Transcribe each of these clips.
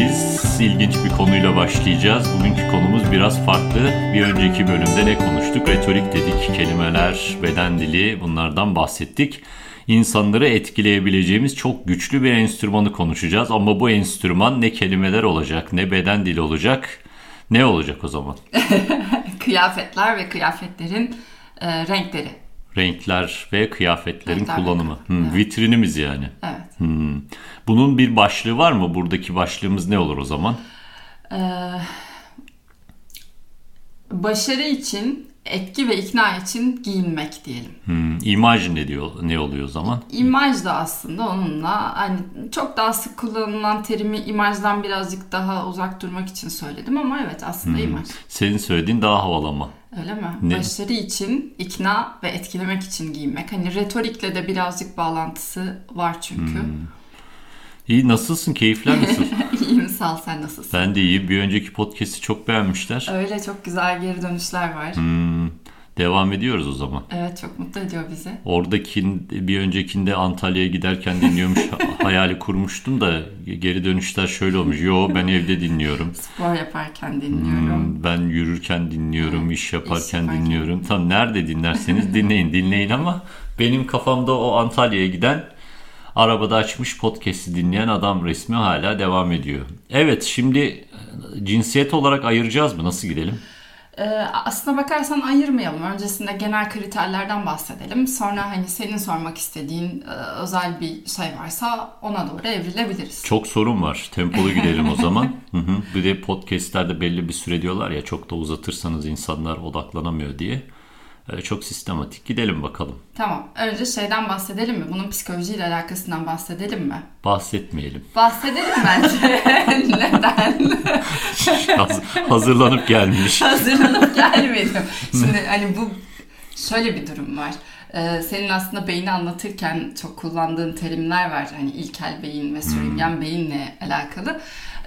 yayındayız. İlginç bir konuyla başlayacağız. Bugünkü konumuz biraz farklı. Bir önceki bölümde ne konuştuk? Retorik dedik, kelimeler, beden dili, bunlardan bahsettik. İnsanları etkileyebileceğimiz çok güçlü bir enstrümanı konuşacağız. Ama bu enstrüman ne kelimeler olacak, ne beden dili olacak, ne olacak o zaman? Kıyafetler ve kıyafetlerin renkleri. Renkler ve kıyafetlerin Renkler kullanımı. Evet. Vitrinimiz yani. Evet. Bunun bir başlığı var mı? Buradaki başlığımız ne olur o zaman? Başarı için, etki ve ikna için giyinmek diyelim. İmaj ne oluyor o zaman? İmaj da aslında onunla hani çok daha sık kullanılan terimi imajdan birazcık daha uzak durmak için söyledim ama evet aslında imaj. Senin söylediğin daha havalı ama. Öyle mi? Ne? Başarı için, ikna ve etkilemek için giyinmek. Hani retorikle de birazcık bağlantısı var çünkü. İyi, nasılsın? Keyifler nasıl? İyiyim, sağ ol, sen nasılsın? Ben de iyi. Bir önceki podcast'i çok beğenmişler. Öyle, çok güzel geri dönüşler var. Devam ediyoruz o zaman. Evet, çok mutlu ediyor bizi. Bir öncekinde Antalya'ya giderken dinliyormuş hayali kurmuştum da geri dönüşler şöyle olmuş. Yo, ben evde dinliyorum. Spor yaparken dinliyorum. Ben yürürken dinliyorum, Evet, iş yaparken dinliyorum. Tam nerede dinlerseniz dinleyin ama benim kafamda o Antalya'ya giden, arabada açmış podcast'i dinleyen adam resmi hala devam ediyor. Evet, şimdi cinsiyet olarak ayıracağız mı? Nasıl gidelim? Aslına bakarsan ayırmayalım. Öncesinde genel kriterlerden bahsedelim. Sonra hani senin sormak istediğin özel bir şey varsa ona doğru evrilebiliriz. Çok sorun var. Tempolu gidelim o zaman. Bir de podcastlerde belli bir süre diyorlar ya, çok da uzatırsanız insanlar odaklanamıyor diye. Çok sistematik gidelim bakalım. Tamam. Önce şeyden bahsedelim mi? Bunun psikolojiyle alakasından bahsedelim mi? Bahsetmeyelim. Bahsedelim bence. Neden? Hazırlanıp gelmiş. Hazırlanıp gelmedim. Şimdi hani bu şöyle bir durum var. Senin aslında beyni anlatırken çok kullandığın terimler var. Hani ilkel beyin ve sürüngen beyinle alakalı.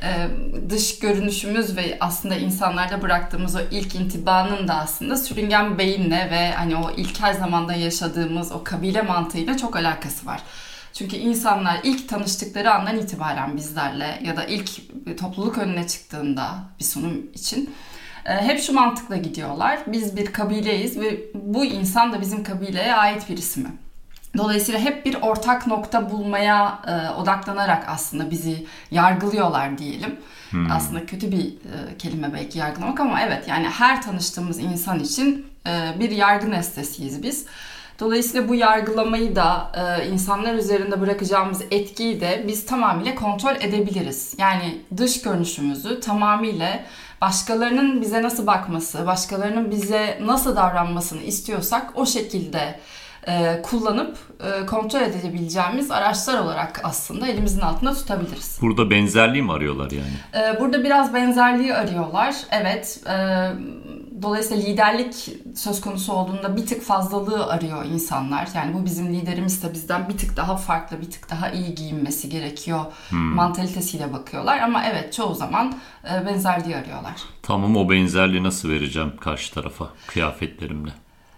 Dış görünüşümüz ve aslında insanlarda bıraktığımız o ilk intibanın da aslında sürüngen beyinle ve hani o ilkel zamanda yaşadığımız o kabile mantığıyla çok alakası var. Çünkü insanlar ilk tanıştıkları andan itibaren bizlerle ya da ilk topluluk önüne çıktığında bir sunum için hep şu mantıkla gidiyorlar. Biz bir kabileyiz ve bu insan da bizim kabileye ait birisi mi? Dolayısıyla hep bir ortak nokta bulmaya odaklanarak aslında bizi yargılıyorlar diyelim. Aslında kötü bir kelime belki yargılamak ama evet, yani her tanıştığımız insan için bir yargı nesnesiyiz biz. Dolayısıyla bu yargılamayı da insanlar üzerinde bırakacağımız etkiyi de biz tamamıyla kontrol edebiliriz. Yani dış görünüşümüzü tamamıyla başkalarının bize nasıl bakması, başkalarının bize nasıl davranmasını istiyorsak o şekilde kullanıp kontrol edebileceğimiz araçlar olarak aslında elimizin altında tutabiliriz. Burada benzerliği mi arıyorlar yani? Burada biraz benzerliği arıyorlar. Evet. Dolayısıyla liderlik söz konusu olduğunda bir tık fazlalığı arıyor insanlar. Yani bu bizim liderimizse bizden bir tık daha farklı, bir tık daha iyi giyinmesi gerekiyor mantalitesiyle bakıyorlar. Ama evet, çoğu zaman benzerliği arıyorlar. Tamam, o benzerliği nasıl vereceğim karşı tarafa kıyafetlerimle?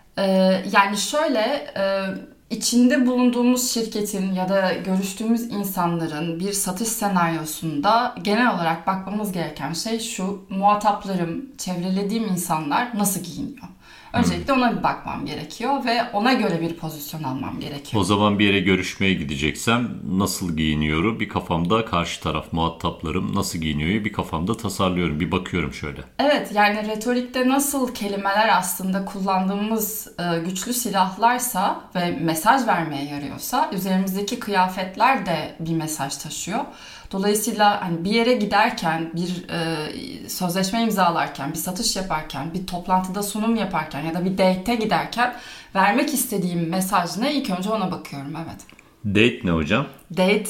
Yani şöyle, içinde bulunduğumuz şirketin ya da görüştüğümüz insanların bir satış senaryosunda genel olarak bakmamız gereken şey şu: muhataplarım, çevrelediğim insanlar nasıl giyiniyor? Öncelikle ona bir bakmam gerekiyor ve ona göre bir pozisyon almam gerekiyor. O zaman bir yere görüşmeye gideceksem nasıl giyiniyorum? Bir kafamda karşı taraf, muhataplarım nasıl giyiniyor? Bir kafamda tasarlıyorum, bir bakıyorum şöyle. Evet, yani retorikte nasıl kelimeler aslında kullandığımız güçlü silahlarsa ve mesaj vermeye yarıyorsa, üzerimizdeki kıyafetler de bir mesaj taşıyor. Dolayısıyla hani bir yere giderken, bir sözleşme imzalarken, bir satış yaparken, bir toplantıda sunum yaparken ya da bir date'e giderken vermek istediğim mesaj ne? İlk önce ona bakıyorum, evet. Date ne hocam? Date,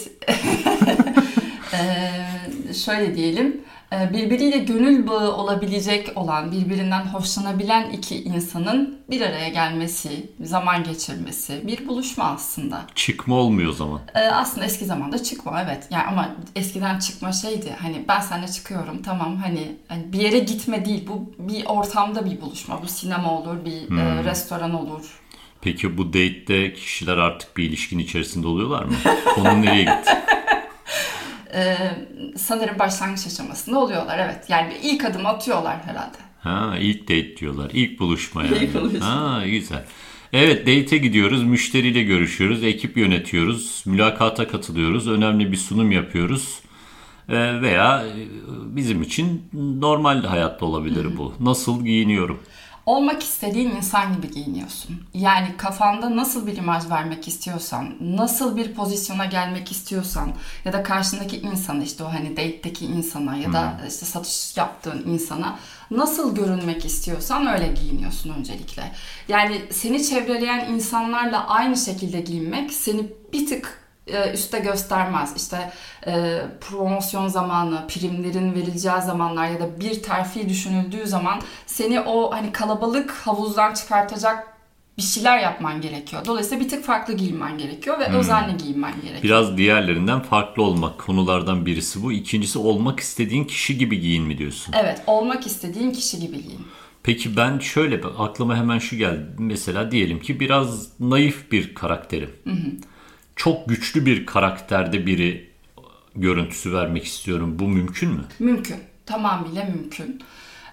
şöyle diyelim, birbiriyle gönül bağı olabilecek olan, birbirinden hoşlanabilen iki insanın bir araya gelmesi, zaman geçirmesi, bir buluşma aslında. Çıkma olmuyor o zaman. Aslında eski zamanda çıkma, evet. Yani ama eskiden çıkma şeydi, hani ben seninle çıkıyorum, tamam, hani bir yere gitme değil, bu bir ortamda bir buluşma. Bu sinema olur, bir restoran olur. Peki bu date'te kişiler artık bir ilişkin içerisinde oluyorlar mı? Konu nereye gitti? sanırım başlangıç aşamasında oluyorlar. Evet. Yani bir ilk adım atıyorlar herhalde. Ha, ilk date diyorlar. İlk buluşma yani. İlk buluşma. Ha, güzel. Evet, date'e gidiyoruz, müşteriyle görüşüyoruz, ekip yönetiyoruz, mülakata katılıyoruz, önemli bir sunum yapıyoruz. Veya bizim için normal hayatta olabilir bu. Nasıl giyiniyorum? Olmak istediğin insan gibi giyiniyorsun. Yani kafanda nasıl bir imaj vermek istiyorsan, nasıl bir pozisyona gelmek istiyorsan ya da karşındaki insana, işte o hani date'deki insana ya da işte satış yaptığın insana nasıl görünmek istiyorsan öyle giyiniyorsun öncelikle. Yani seni çevreleyen insanlarla aynı şekilde giyinmek seni bir tık üste göstermez. İşte promosyon zamanı, primlerin verileceği zamanlar ya da bir terfi düşünüldüğü zaman seni o hani kalabalık havuzdan çıkartacak bir şeyler yapman gerekiyor. Dolayısıyla bir tık farklı giyinmen gerekiyor ve özenli giyinmen gerekiyor. Biraz diğerlerinden farklı olmak konulardan birisi bu. İkincisi, olmak istediğin kişi gibi giyin mi diyorsun? Evet, olmak istediğin kişi gibi giyin. Peki ben şöyle, aklıma hemen şu geldi. Mesela diyelim ki biraz naif bir karakterim. Çok güçlü bir karakterde biri görüntüsü vermek istiyorum. Bu mümkün mü? Mümkün. Tamamıyla mümkün.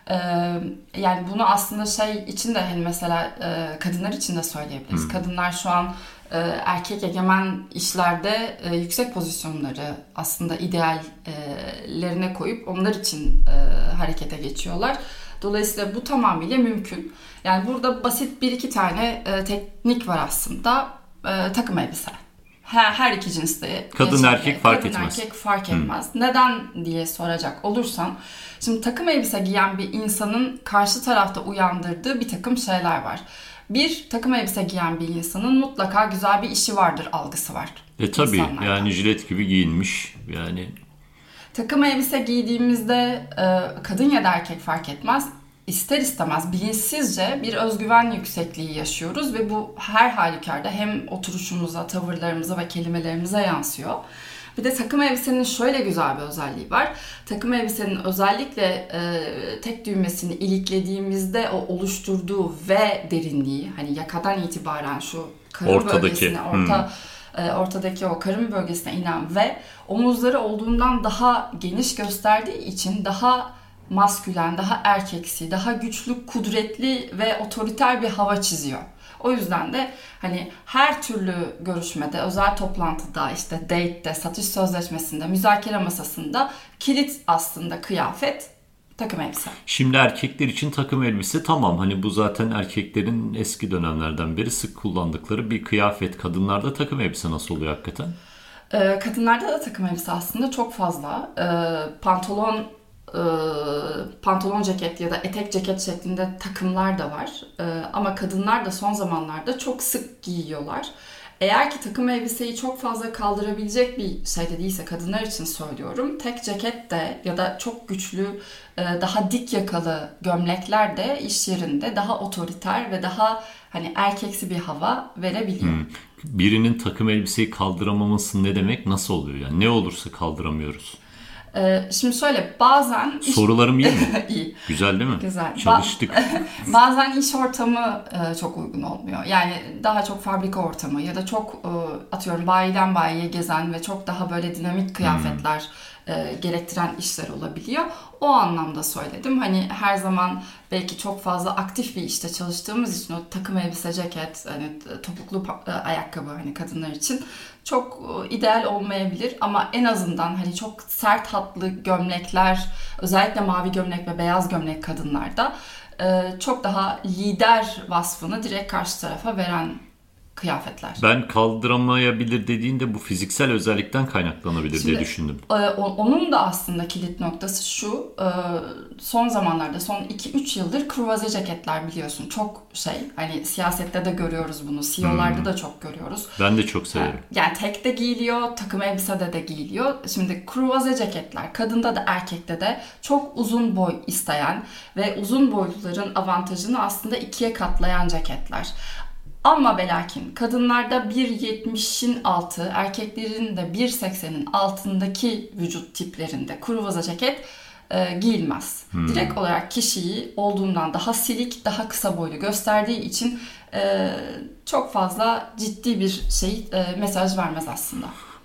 Yani bunu aslında şey için de hani mesela kadınlar için de söyleyebiliriz. Kadınlar şu an erkek egemen işlerde yüksek pozisyonları aslında ideallerine koyup onlar için harekete geçiyorlar. Dolayısıyla bu tamamıyla mümkün. Yani burada basit bir iki tane teknik var aslında. Takım elbise. Her iki cinste. Kadın erkek fark kadın etmez. Erkek fark etmez. Neden diye soracak olursan, şimdi takım elbise giyen bir insanın karşı tarafta uyandırdığı bir takım şeyler var. Bir, takım elbise giyen bir insanın mutlaka güzel bir işi vardır algısı var. Tabii insanlardan. yani jilet gibi giyinmiş yani. Takım elbise giydiğimizde kadın ya da erkek fark etmez. İster istemez bilinçsizce bir özgüven yüksekliği yaşıyoruz ve bu her halükarda hem oturuşumuza, tavırlarımıza ve kelimelerimize yansıyor. Bir de takım elbisenin şöyle güzel bir özelliği var. Takım elbisenin özellikle tek düğmesini iliklediğimizde o oluşturduğu V derinliği, hani yakadan itibaren şu karın bölgesine, ortadaki o karın bölgesine inen ve omuzları olduğundan daha geniş gösterdiği için daha maskülen, daha erkeksi, daha güçlü, kudretli ve otoriter bir hava çiziyor. O yüzden de hani her türlü görüşmede, özel toplantıda, işte date'de, satış sözleşmesinde, müzakere masasında kilit aslında kıyafet takım elbise. Şimdi erkekler için takım elbise tamam, hani bu zaten erkeklerin eski dönemlerden beri sık kullandıkları bir kıyafet. Kadınlarda takım elbise nasıl oluyor hakikaten? Kadınlarda da takım elbise aslında çok fazla. Pantolon ceket ya da etek ceket şeklinde takımlar da var. Ama kadınlar da son zamanlarda çok sık giyiyorlar. Eğer ki takım elbiseyi çok fazla kaldırabilecek bir şey de değilse, kadınlar için söylüyorum, tek ceket de ya da çok güçlü, daha dik yakalı gömlekler de iş yerinde daha otoriter ve daha hani erkeksi bir hava verebiliyor. Birinin takım elbiseyi kaldıramaması ne demek? Nasıl oluyor yani? Ne olursa kaldıramıyoruz. Şimdi şöyle, bazen... Sorularım iyi mi? İyi. Güzel değil mi? Güzel. Çalıştık. Bazen iş ortamı çok uygun olmuyor. Yani daha çok fabrika ortamı ya da çok atıyorum bayiden bayiye gezen ve çok daha böyle dinamik kıyafetler gerektiren işler olabiliyor. O anlamda söyledim. Hani her zaman belki çok fazla aktif bir işte çalıştığımız için o takım elbise, ceket, hani topuklu ayakkabı hani kadınlar için çok ideal olmayabilir ama en azından hani çok sert hatlı gömlekler, özellikle mavi gömlek ve beyaz gömlek kadınlarda çok daha lider vasfını direkt karşı tarafa veren kıyafetler. Ben kaldıramayabilir dediğinde bu fiziksel özellikten kaynaklanabilir diye düşündüm. Onun da aslında kilit noktası şu, son zamanlarda, son 2-3 yıldır kruvaze ceketler biliyorsun. Çok hani siyasette de görüyoruz bunu, CEO'larda da çok görüyoruz. Ben de çok severim. Yani tek de giyiliyor, takım elbisede de giyiliyor. Şimdi kruvaze ceketler kadında da erkekte de çok uzun boy isteyen ve uzun boyluların avantajını aslında ikiye katlayan ceketler. Ama ve lakin kadınlarda 1.70'in altı, erkeklerin de 1.80'in altındaki vücut tiplerinde kruvaze ceket giyilmez. Direkt olarak kişiyi olduğundan daha silik, daha kısa boylu gösterdiği için çok fazla ciddi bir mesaj vermez aslında.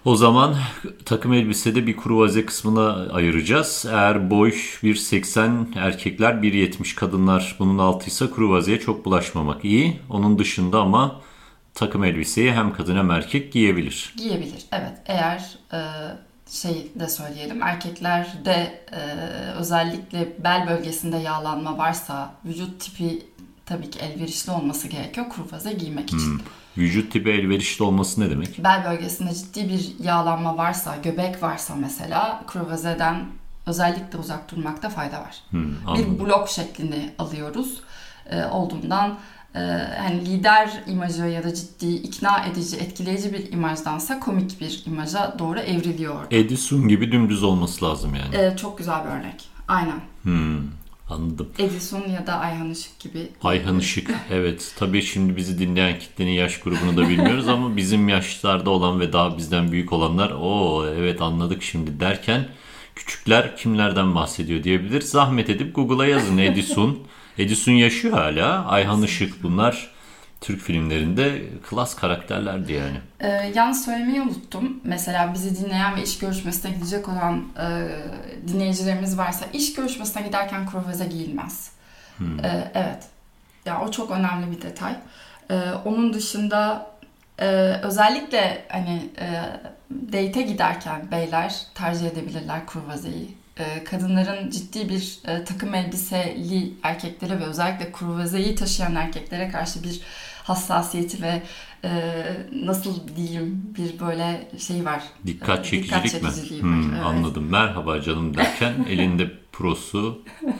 O zaman takım elbisede bir kruvaze kısmına ayıracağız. Eğer boy 1.80 erkekler, 1.70 kadınlar bunun altıysa kruvazeye çok bulaşmamak iyi. Onun dışında ama takım elbiseyi hem kadın hem erkek giyebilir. Giyebilir, evet. Eğer şey de söyleyelim, erkeklerde özellikle bel bölgesinde yağlanma varsa, vücut tipi tabii ki elverişli olması gerekiyor kruvaze giymek için. Vücut tipi elverişli olması ne demek? Bel bölgesinde ciddi bir yağlanma varsa, göbek varsa mesela kruvazeden özellikle uzak durmakta fayda var. Bir blok şeklini alıyoruz. Olduğundan hani lider imajı ya da ciddi, ikna edici, etkileyici bir imajdansa komik bir imaja doğru evriliyor. Edison gibi dümdüz olması lazım yani. Çok güzel bir örnek. Aynen. Anladım. Edison ya da Ayhan Işık gibi. Ayhan Işık, evet. Tabii şimdi bizi dinleyen kitlenin yaş grubunu da bilmiyoruz ama bizim yaşlarda olan ve daha bizden büyük olanlar evet anladık şimdi derken küçükler kimlerden bahsediyor diyebilir. Zahmet edip Google'a yazın Edison. Edison yaşıyor hala. Ayhan Işık, bunlar Türk filmlerinde klas karakterlerdi yani. Yalnız söylemeyi unuttum. Mesela bizi dinleyen ve iş görüşmesine gidecek olan dinleyicilerimiz varsa iş görüşmesine giderken kruvaze giyilmez. Evet. Ya o çok önemli bir detay. Onun dışında özellikle hani date'e giderken beyler tercih edebilirler kruvazeyi. Kadınların ciddi bir takım elbiseli erkeklere ve özellikle kruvazeyi taşıyan erkeklere karşı bir hassasiyeti ve nasıl diyeyim bir böyle şey var. Dikkat çekicilik mi? Var. Evet. Anladım. Merhaba canım derken elinde prosu,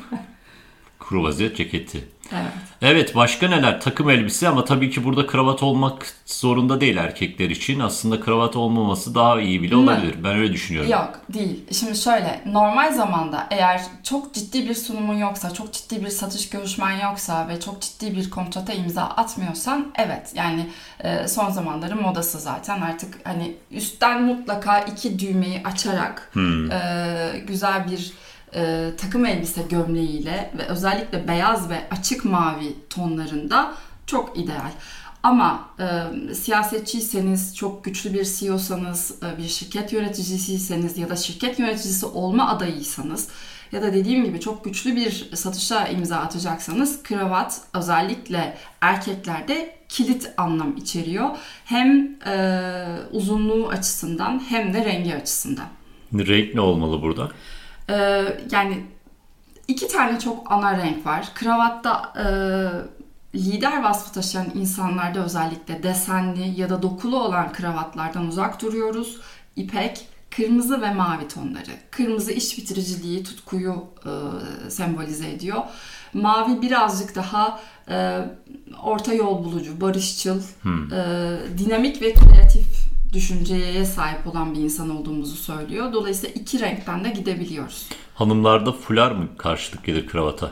kruvaze ceketi. Evet, başka neler? Takım elbise ama tabii ki burada kravat olmak zorunda değil erkekler için. Aslında kravat olmaması daha iyi bile olabilir. Ben öyle düşünüyorum. Yok, değil. Şimdi şöyle, normal zamanda eğer çok ciddi bir sunumun yoksa, çok ciddi bir satış görüşmen yoksa ve çok ciddi bir kontrata imza atmıyorsan evet. Yani son zamanların modası zaten artık hani üstten mutlaka 2 düğmeyi açarak güzel bir takım elbise gömleğiyle ve özellikle beyaz ve açık mavi tonlarında çok ideal. Ama siyasetçiyseniz, çok güçlü bir CEO'sanız, bir şirket yöneticisiyseniz ya da şirket yöneticisi olma adayıysanız ya da dediğim gibi çok güçlü bir satışa imza atacaksanız kravat özellikle erkeklerde kilit anlam içeriyor. Hem uzunluğu açısından hem de rengi açısından. Renk ne olmalı burada? Yani 2 tane çok ana renk var. Kravatta lider vasfı taşıyan insanlarda özellikle desenli ya da dokulu olan kravatlardan uzak duruyoruz. İpek, kırmızı ve mavi tonları. Kırmızı iş bitiriciliği, tutkuyu sembolize ediyor. Mavi birazcık daha orta yol bulucu, barışçıl, dinamik ve kreatif düşünceye sahip olan bir insan olduğumuzu söylüyor. Dolayısıyla 2 renkten de gidebiliyoruz. Hanımlarda fular mı karşılık gelir kravata?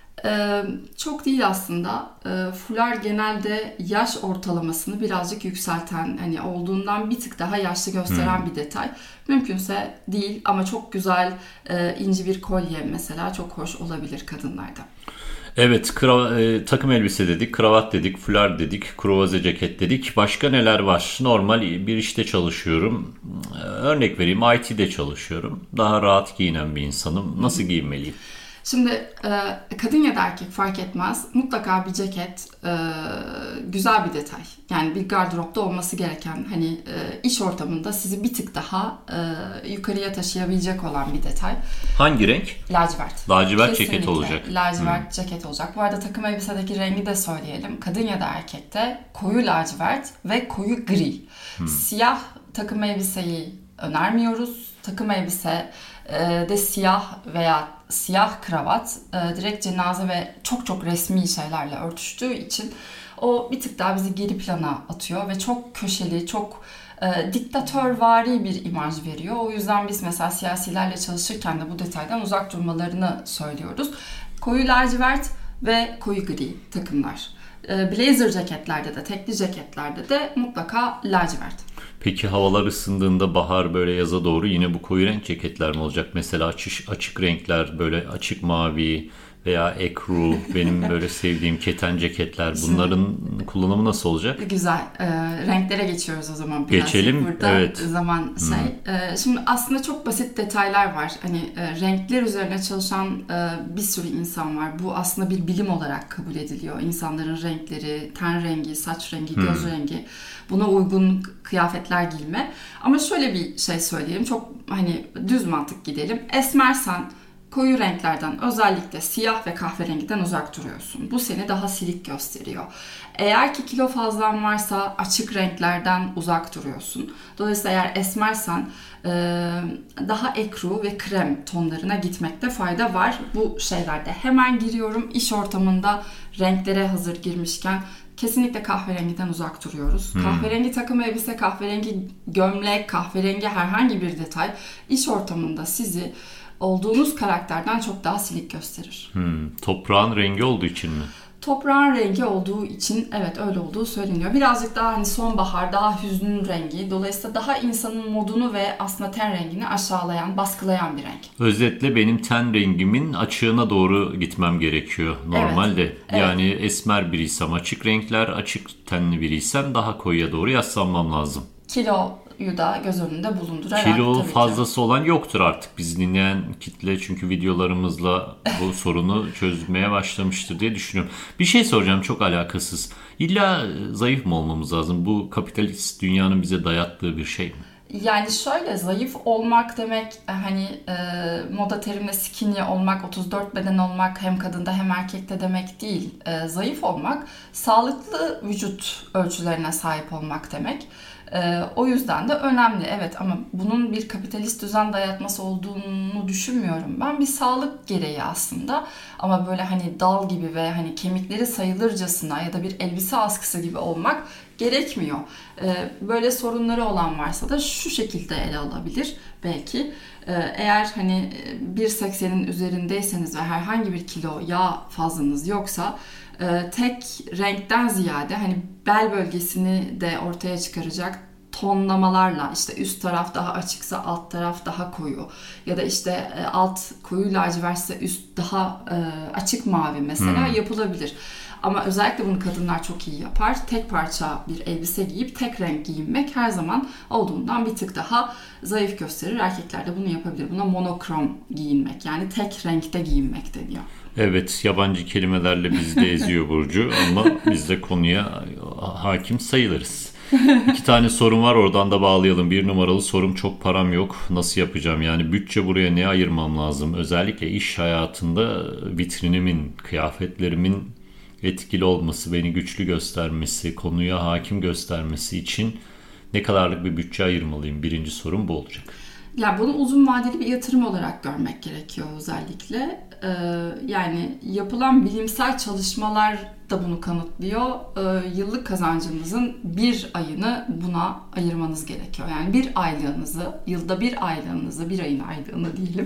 Çok değil aslında. Fular genelde yaş ortalamasını birazcık yükselten, hani olduğundan bir tık daha yaşlı gösteren bir detay. Mümkünse değil ama çok güzel inci bir kolye mesela çok hoş olabilir kadınlarda. Evet, takım elbise dedik, kravat dedik, fular dedik, kruvaze ceket dedik. Başka neler var? Normal bir işte çalışıyorum. Örnek vereyim, IT'de çalışıyorum. Daha rahat giyinen bir insanım. Nasıl giyinmeliyim? Şimdi kadın ya da erkek fark etmez. Mutlaka bir ceket güzel bir detay. Yani bir gardıropta olması gereken, hani iş ortamında sizi bir tık daha yukarıya taşıyabilecek olan bir detay. Hangi renk? Lacivert. Lacivert Kesinlikle ceket olacak. Lacivert ceket olacak. Bu arada takım elbisedeki rengi de söyleyelim. Kadın ya da erkekte koyu lacivert ve koyu gri. Siyah takım elbiseyi önermiyoruz. Takım elbise de siyah veya siyah kravat direkt cenaze ve çok çok resmi şeylerle örtüştüğü için o bir tık daha bizi geri plana atıyor ve çok köşeli, çok diktatörvari bir imaj veriyor. O yüzden biz mesela siyasilerle çalışırken de bu detaydan uzak durmalarını söylüyoruz. Koyu lacivert ve koyu gri takımlar. Blazer ceketlerde de, tekli ceketlerde de mutlaka lacivert. Peki havalar ısındığında bahar böyle yaza doğru yine bu koyu renk ceketler mi olacak? Mesela açık renkler, böyle açık mavi, veya ekru, benim böyle sevdiğim keten ceketler, bunların kullanımı nasıl olacak? Güzel. Renklere geçiyoruz o zaman. Geçelim. Burada evet. zaman şimdi aslında çok basit detaylar var. Hani renkler üzerine çalışan bir sürü insan var. Bu aslında bir bilim olarak kabul ediliyor. İnsanların renkleri, ten rengi, saç rengi, göz rengi, buna uygun kıyafetler giyme. Ama şöyle bir şey söyleyelim. Çok hani düz mantık gidelim. Esmersen koyu renklerden, özellikle siyah ve kahverengiden uzak duruyorsun. Bu seni daha silik gösteriyor. Eğer ki kilo fazlan varsa açık renklerden uzak duruyorsun. Dolayısıyla eğer esmersen daha ekru ve krem tonlarına gitmekte fayda var. Bu şeylerde hemen giriyorum. İş ortamında renklere hazır girmişken kesinlikle kahverengiden uzak duruyoruz. Kahverengi takım elbise, kahverengi gömlek, kahverengi herhangi bir detay iş ortamında sizi olduğunuz karakterden çok daha silik gösterir. Toprağın rengi olduğu için mi? Toprağın rengi olduğu için evet öyle olduğu söyleniyor. Birazcık daha hani sonbahar, daha hüzün rengi. Dolayısıyla daha insanın modunu ve aslında ten rengini aşağılayan, baskılayan bir renk. Özetle benim ten rengimin açığına doğru gitmem gerekiyor normalde. Evet. Yani esmer biriysem açık renkler, açık tenli biriysem daha koyuya doğru yaslanmam lazım. Kiloyu da göz önünde bulundurarak Kilo fazlası olan yoktur artık. Biz dinleyen kitle çünkü videolarımızla bu sorunu çözmeye başlamıştır diye düşünüyorum. Bir şey soracağım, çok alakasız. İlla zayıf mı olmamız lazım? Bu kapitalist dünyanın bize dayattığı bir şey mi? Yani şöyle, zayıf olmak demek hani moda terimle skinny olmak, 34 beden olmak hem kadında hem erkekte demek değil. Zayıf olmak sağlıklı vücut ölçülerine sahip olmak demek. O yüzden de önemli. Evet, ama bunun bir kapitalist düzen dayatması olduğunu düşünmüyorum ben. Bir sağlık gereği aslında. Ama böyle hani dal gibi ve hani kemikleri sayılırcasına ya da bir elbise askısı gibi olmak gerekmiyor. Böyle sorunları olan varsa da şu şekilde ele alabilir belki. Eğer hani 1.80'in üzerindeyseniz ve herhangi bir kilo yağ fazlanız yoksa tek renkten ziyade hani bel bölgesini de ortaya çıkaracak tonlamalarla, işte üst taraf daha açıksa alt taraf daha koyu ya da işte alt koyu lacivertse üst daha açık mavi mesela yapılabilir. Ama özellikle bunu kadınlar çok iyi yapar. Tek parça bir elbise giyip tek renk giyinmek her zaman olduğundan bir tık daha zayıf gösterir. Erkekler de bunu yapabilir. Buna monokrom giyinmek, yani tek renkte giyinmek deniyor. Evet, yabancı kelimelerle bizi de eziyor Burcu ama biz de konuya hakim sayılırız. 2 tane sorum var, oradan da bağlayalım. 1 numaralı sorum, çok param yok. Nasıl yapacağım? Yani bütçe, buraya ne ayırmam lazım? Özellikle iş hayatında vitrinimin, kıyafetlerimin etkili olması, beni güçlü göstermesi, konuya hakim göstermesi için ne kadarlık bir bütçe ayırmalıyım? 1. sorum bu olacak. Yani bunu uzun vadeli bir yatırım olarak görmek gerekiyor özellikle. Yani yapılan bilimsel çalışmalar da bunu kanıtlıyor. Yıllık kazancınızın 1 ayını buna ayırmanız gerekiyor. Yani 1 aylığınızı, yılda 1 aylığınızı, 1 ayın aylığını diyelim,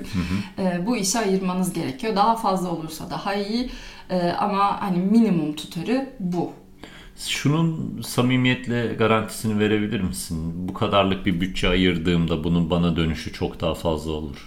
bu işe ayırmanız gerekiyor. Daha fazla olursa daha iyi ama hani minimum tutarı bu. Şunun samimiyetle garantisini verebilir misin? Bu kadarlık bir bütçe ayırdığımda bunun bana dönüşü çok daha fazla olur.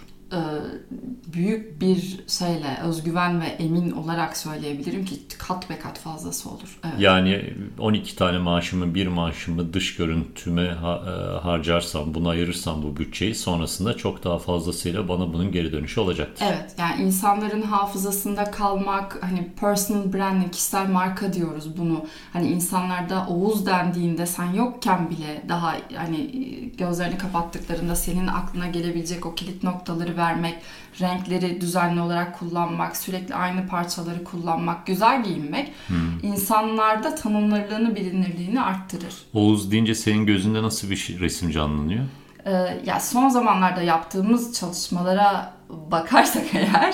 Büyük bir şeyle, özgüven ve emin olarak söyleyebilirim ki kat be kat fazlası olur. Evet. Yani 12 tane maaşımı, 1 maaşımı dış görüntüme harcarsam, buna ayırırsam bu bütçeyi, sonrasında çok daha fazlasıyla bana bunun geri dönüşü olacaktır. Evet, yani insanların hafızasında kalmak, hani personal branding, kişisel marka diyoruz bunu. Hani insanlarda Oğuz dendiğinde sen yokken bile daha hani gözlerini kapattıklarında senin aklına gelebilecek o kilit noktaları vermek, renkleri düzenli olarak kullanmak, sürekli aynı parçaları kullanmak, güzel giyinmek insanlarda tanınırlığını, bilinirliğini arttırır. Oğuz deyince senin gözünde nasıl bir resim canlanıyor? Ya son zamanlarda yaptığımız çalışmalara bakarsak eğer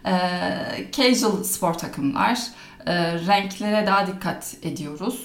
casual spor takımlar, renklere daha dikkat ediyoruz.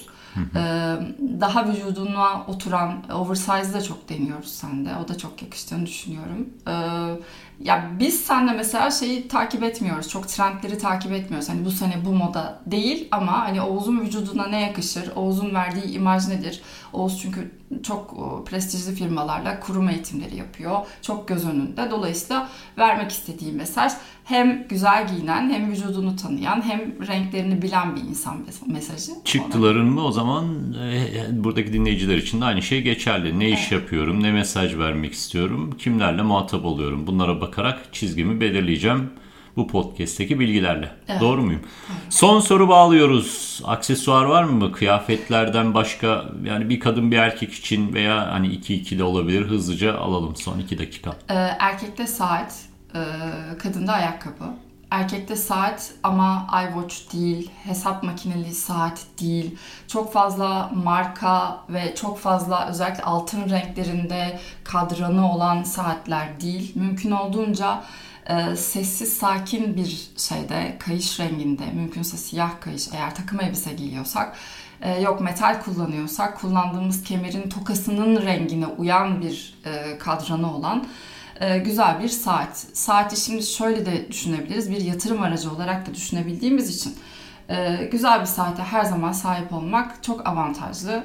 Daha vücuduna oturan oversize da çok deniyoruz sende. O da çok yakıştığını düşünüyorum. Ya biz seninle mesela şeyi takip etmiyoruz. Çok trendleri takip etmiyoruz. Hani bu sene bu moda değil ama hani Oğuz'un vücuduna ne yakışır? Oğuz'un verdiği imaj nedir? Oğuz çünkü çok prestijli firmalarla kurum eğitimleri yapıyor. Çok göz önünde. Dolayısıyla vermek istediği mesaj hem güzel giyinen, hem vücudunu tanıyan, hem renklerini bilen bir insan mesajı. Çıktıların mı o zaman buradaki dinleyiciler için de aynı şey geçerli. Ne iş yapıyorum, ne mesaj vermek istiyorum, kimlerle muhatap oluyorum. Bunlara bakarak çizgimi belirleyeceğim bu podcast'teki bilgilerle. Evet. Doğru muyum? Evet. Son soru bağlıyoruz. Aksesuar var mı? Kıyafetlerden başka, yani bir kadın bir erkek için veya hani 2-2 de olabilir. Hızlıca alalım son 2 dakika. Erkekte saat, kadında ayakkabı. Erkekte saat ama iWatch değil, hesap makineli saat değil. Çok fazla marka ve çok fazla özellikle altın renklerinde kadranı olan saatler değil. Mümkün olduğunca sessiz, sakin bir şeyde, kayış renginde, mümkünse siyah kayış eğer takım elbise giyiyorsak, yok metal kullanıyorsak, kullandığımız kemerin tokasının rengine uyan bir kadranı olan güzel bir saat. Saati şimdi şöyle de düşünebiliriz, bir yatırım aracı olarak da düşünebildiğimiz için güzel bir saate her zaman sahip olmak çok avantajlı.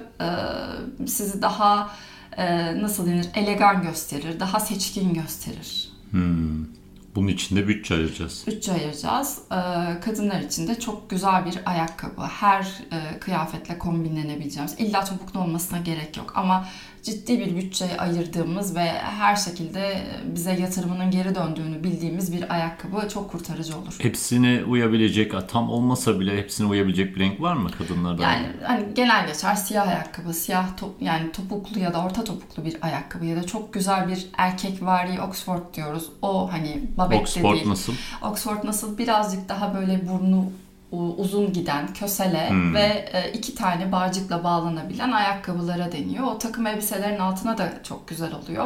Sizi daha nasıl denir, elegan gösterir, daha seçkin gösterir. Bunun için de bütçe ayıracağız. Bütçe ayıracağız. Kadınlar için de çok güzel bir ayakkabı. Her kıyafetle kombinlenebileceğimiz. İlla topuklu olmasına gerek yok. Ama ciddi bir bütçe ayırdığımız ve her şekilde bize yatırımının geri döndüğünü bildiğimiz bir ayakkabı çok kurtarıcı olur. Hepsine uyabilecek, tam olmasa bile hepsine uyabilecek bir renk var mı kadınlarda? Yani hani genel geçer siyah ayakkabı, siyah yani topuklu ya da orta topuklu bir ayakkabı ya da çok güzel bir erkekvari Oxford diyoruz. O hani babette Oxford değil. nasıl? Oxford nasıl? Birazcık daha böyle burnu uzun giden, kösele ve 2 tane bağcıkla bağlanabilen ayakkabılara deniyor. O takım elbiselerin altına da çok güzel oluyor.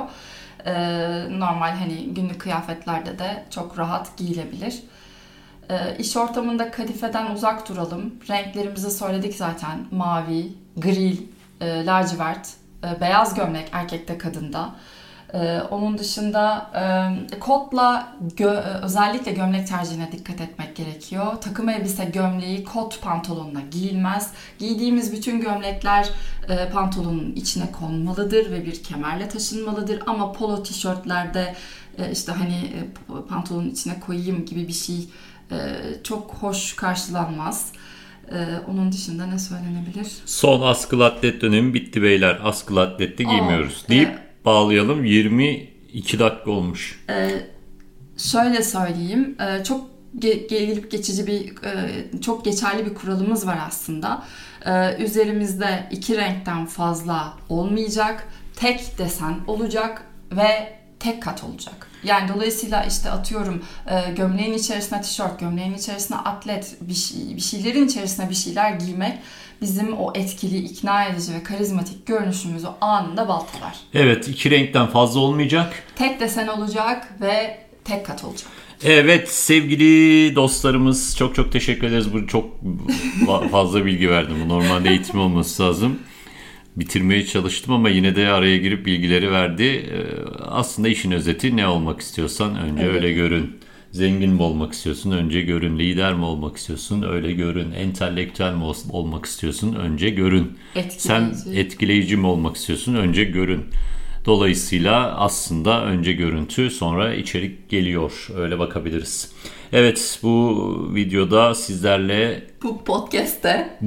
Normal hani günlük kıyafetlerde de çok rahat giyilebilir. İş ortamında kadifeden uzak duralım. Renklerimizi söyledik zaten. Mavi, gri, lacivert, beyaz gömlek erkekte, kadında. Onun dışında kotla özellikle gömlek tercihine dikkat etmek gerekiyor. Takım elbise gömleği kot pantolonla giyilmez. Giydiğimiz bütün gömlekler pantolonun içine konmalıdır ve bir kemerle taşınmalıdır. Ama polo tişörtlerde işte hani pantolonun içine koyayım gibi bir şey çok hoş karşılanmaz. Onun dışında ne söylenebilir? Son askılı atlet dönemi bitti beyler. Askılı atlette giymiyoruz deyip bağlayalım. 22 dakika olmuş. Şöyle söyleyeyim. Çok gelip geçici bir, çok geçerli bir kuralımız var aslında. Üzerimizde 2 renkten fazla olmayacak. Tek desen olacak ve tek kat olacak. Yani dolayısıyla işte atıyorum gömleğin içerisine tişört, gömleğin içerisine atlet, bir şeylerin içerisine bir şeyler giymek bizim o etkili, ikna edici ve karizmatik görünüşümüzü anında baltalar. Evet, 2 renkten fazla olmayacak. Tek desen olacak ve tek kat olacak. Evet sevgili dostlarımız, çok çok teşekkür ederiz. Bu çok fazla bilgi verdim. Bu normalde eğitim olması lazım. Bitirmeye çalıştım ama yine de araya girip bilgileri verdi. Aslında işin özeti, ne olmak istiyorsan önce öyle görün. Zengin mi olmak istiyorsun? Önce görün. Lider mi olmak istiyorsun? Öyle görün. Entelektüel mi olmak istiyorsun? Önce görün. Sen etkileyici mi olmak istiyorsun? Önce görün. Dolayısıyla aslında önce görüntü, sonra içerik geliyor. Öyle bakabiliriz. Evet, bu videoda sizlerle... Bu podcast'te...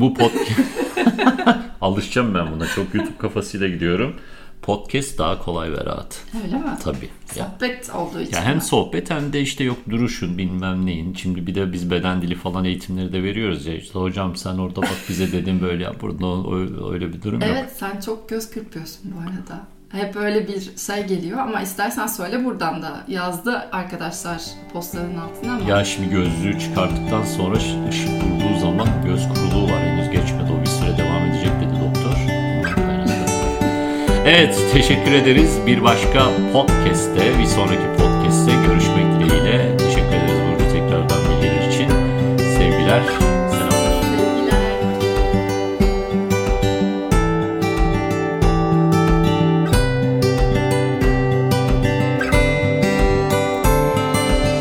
Alışacağım ben buna. Çok YouTube kafasıyla gidiyorum. Podcast daha kolay ve rahat. Öyle mi? Tabii. Sohbet olduğu için. Ya hem sohbet hem de işte yok duruşun bilmem neyin. Şimdi bir de biz beden dili falan eğitimleri de veriyoruz ya. İşte hocam sen orada bak bize dedin böyle yap. Burada öyle bir durum yok. Evet, sen çok göz kırpıyorsun bu arada. Hep öyle bir şey geliyor ama istersen söyle, buradan da yazdı arkadaşlar postların altına ama. Ya şimdi gözlüğü çıkarttıktan sonra ışık vurduğu zaman göz kuruluğu var. Henüz geçmedi. O bir süre devam edecek dedi doktor. Evet, teşekkür ederiz. Bir başka podcast'te, bir sonraki podcast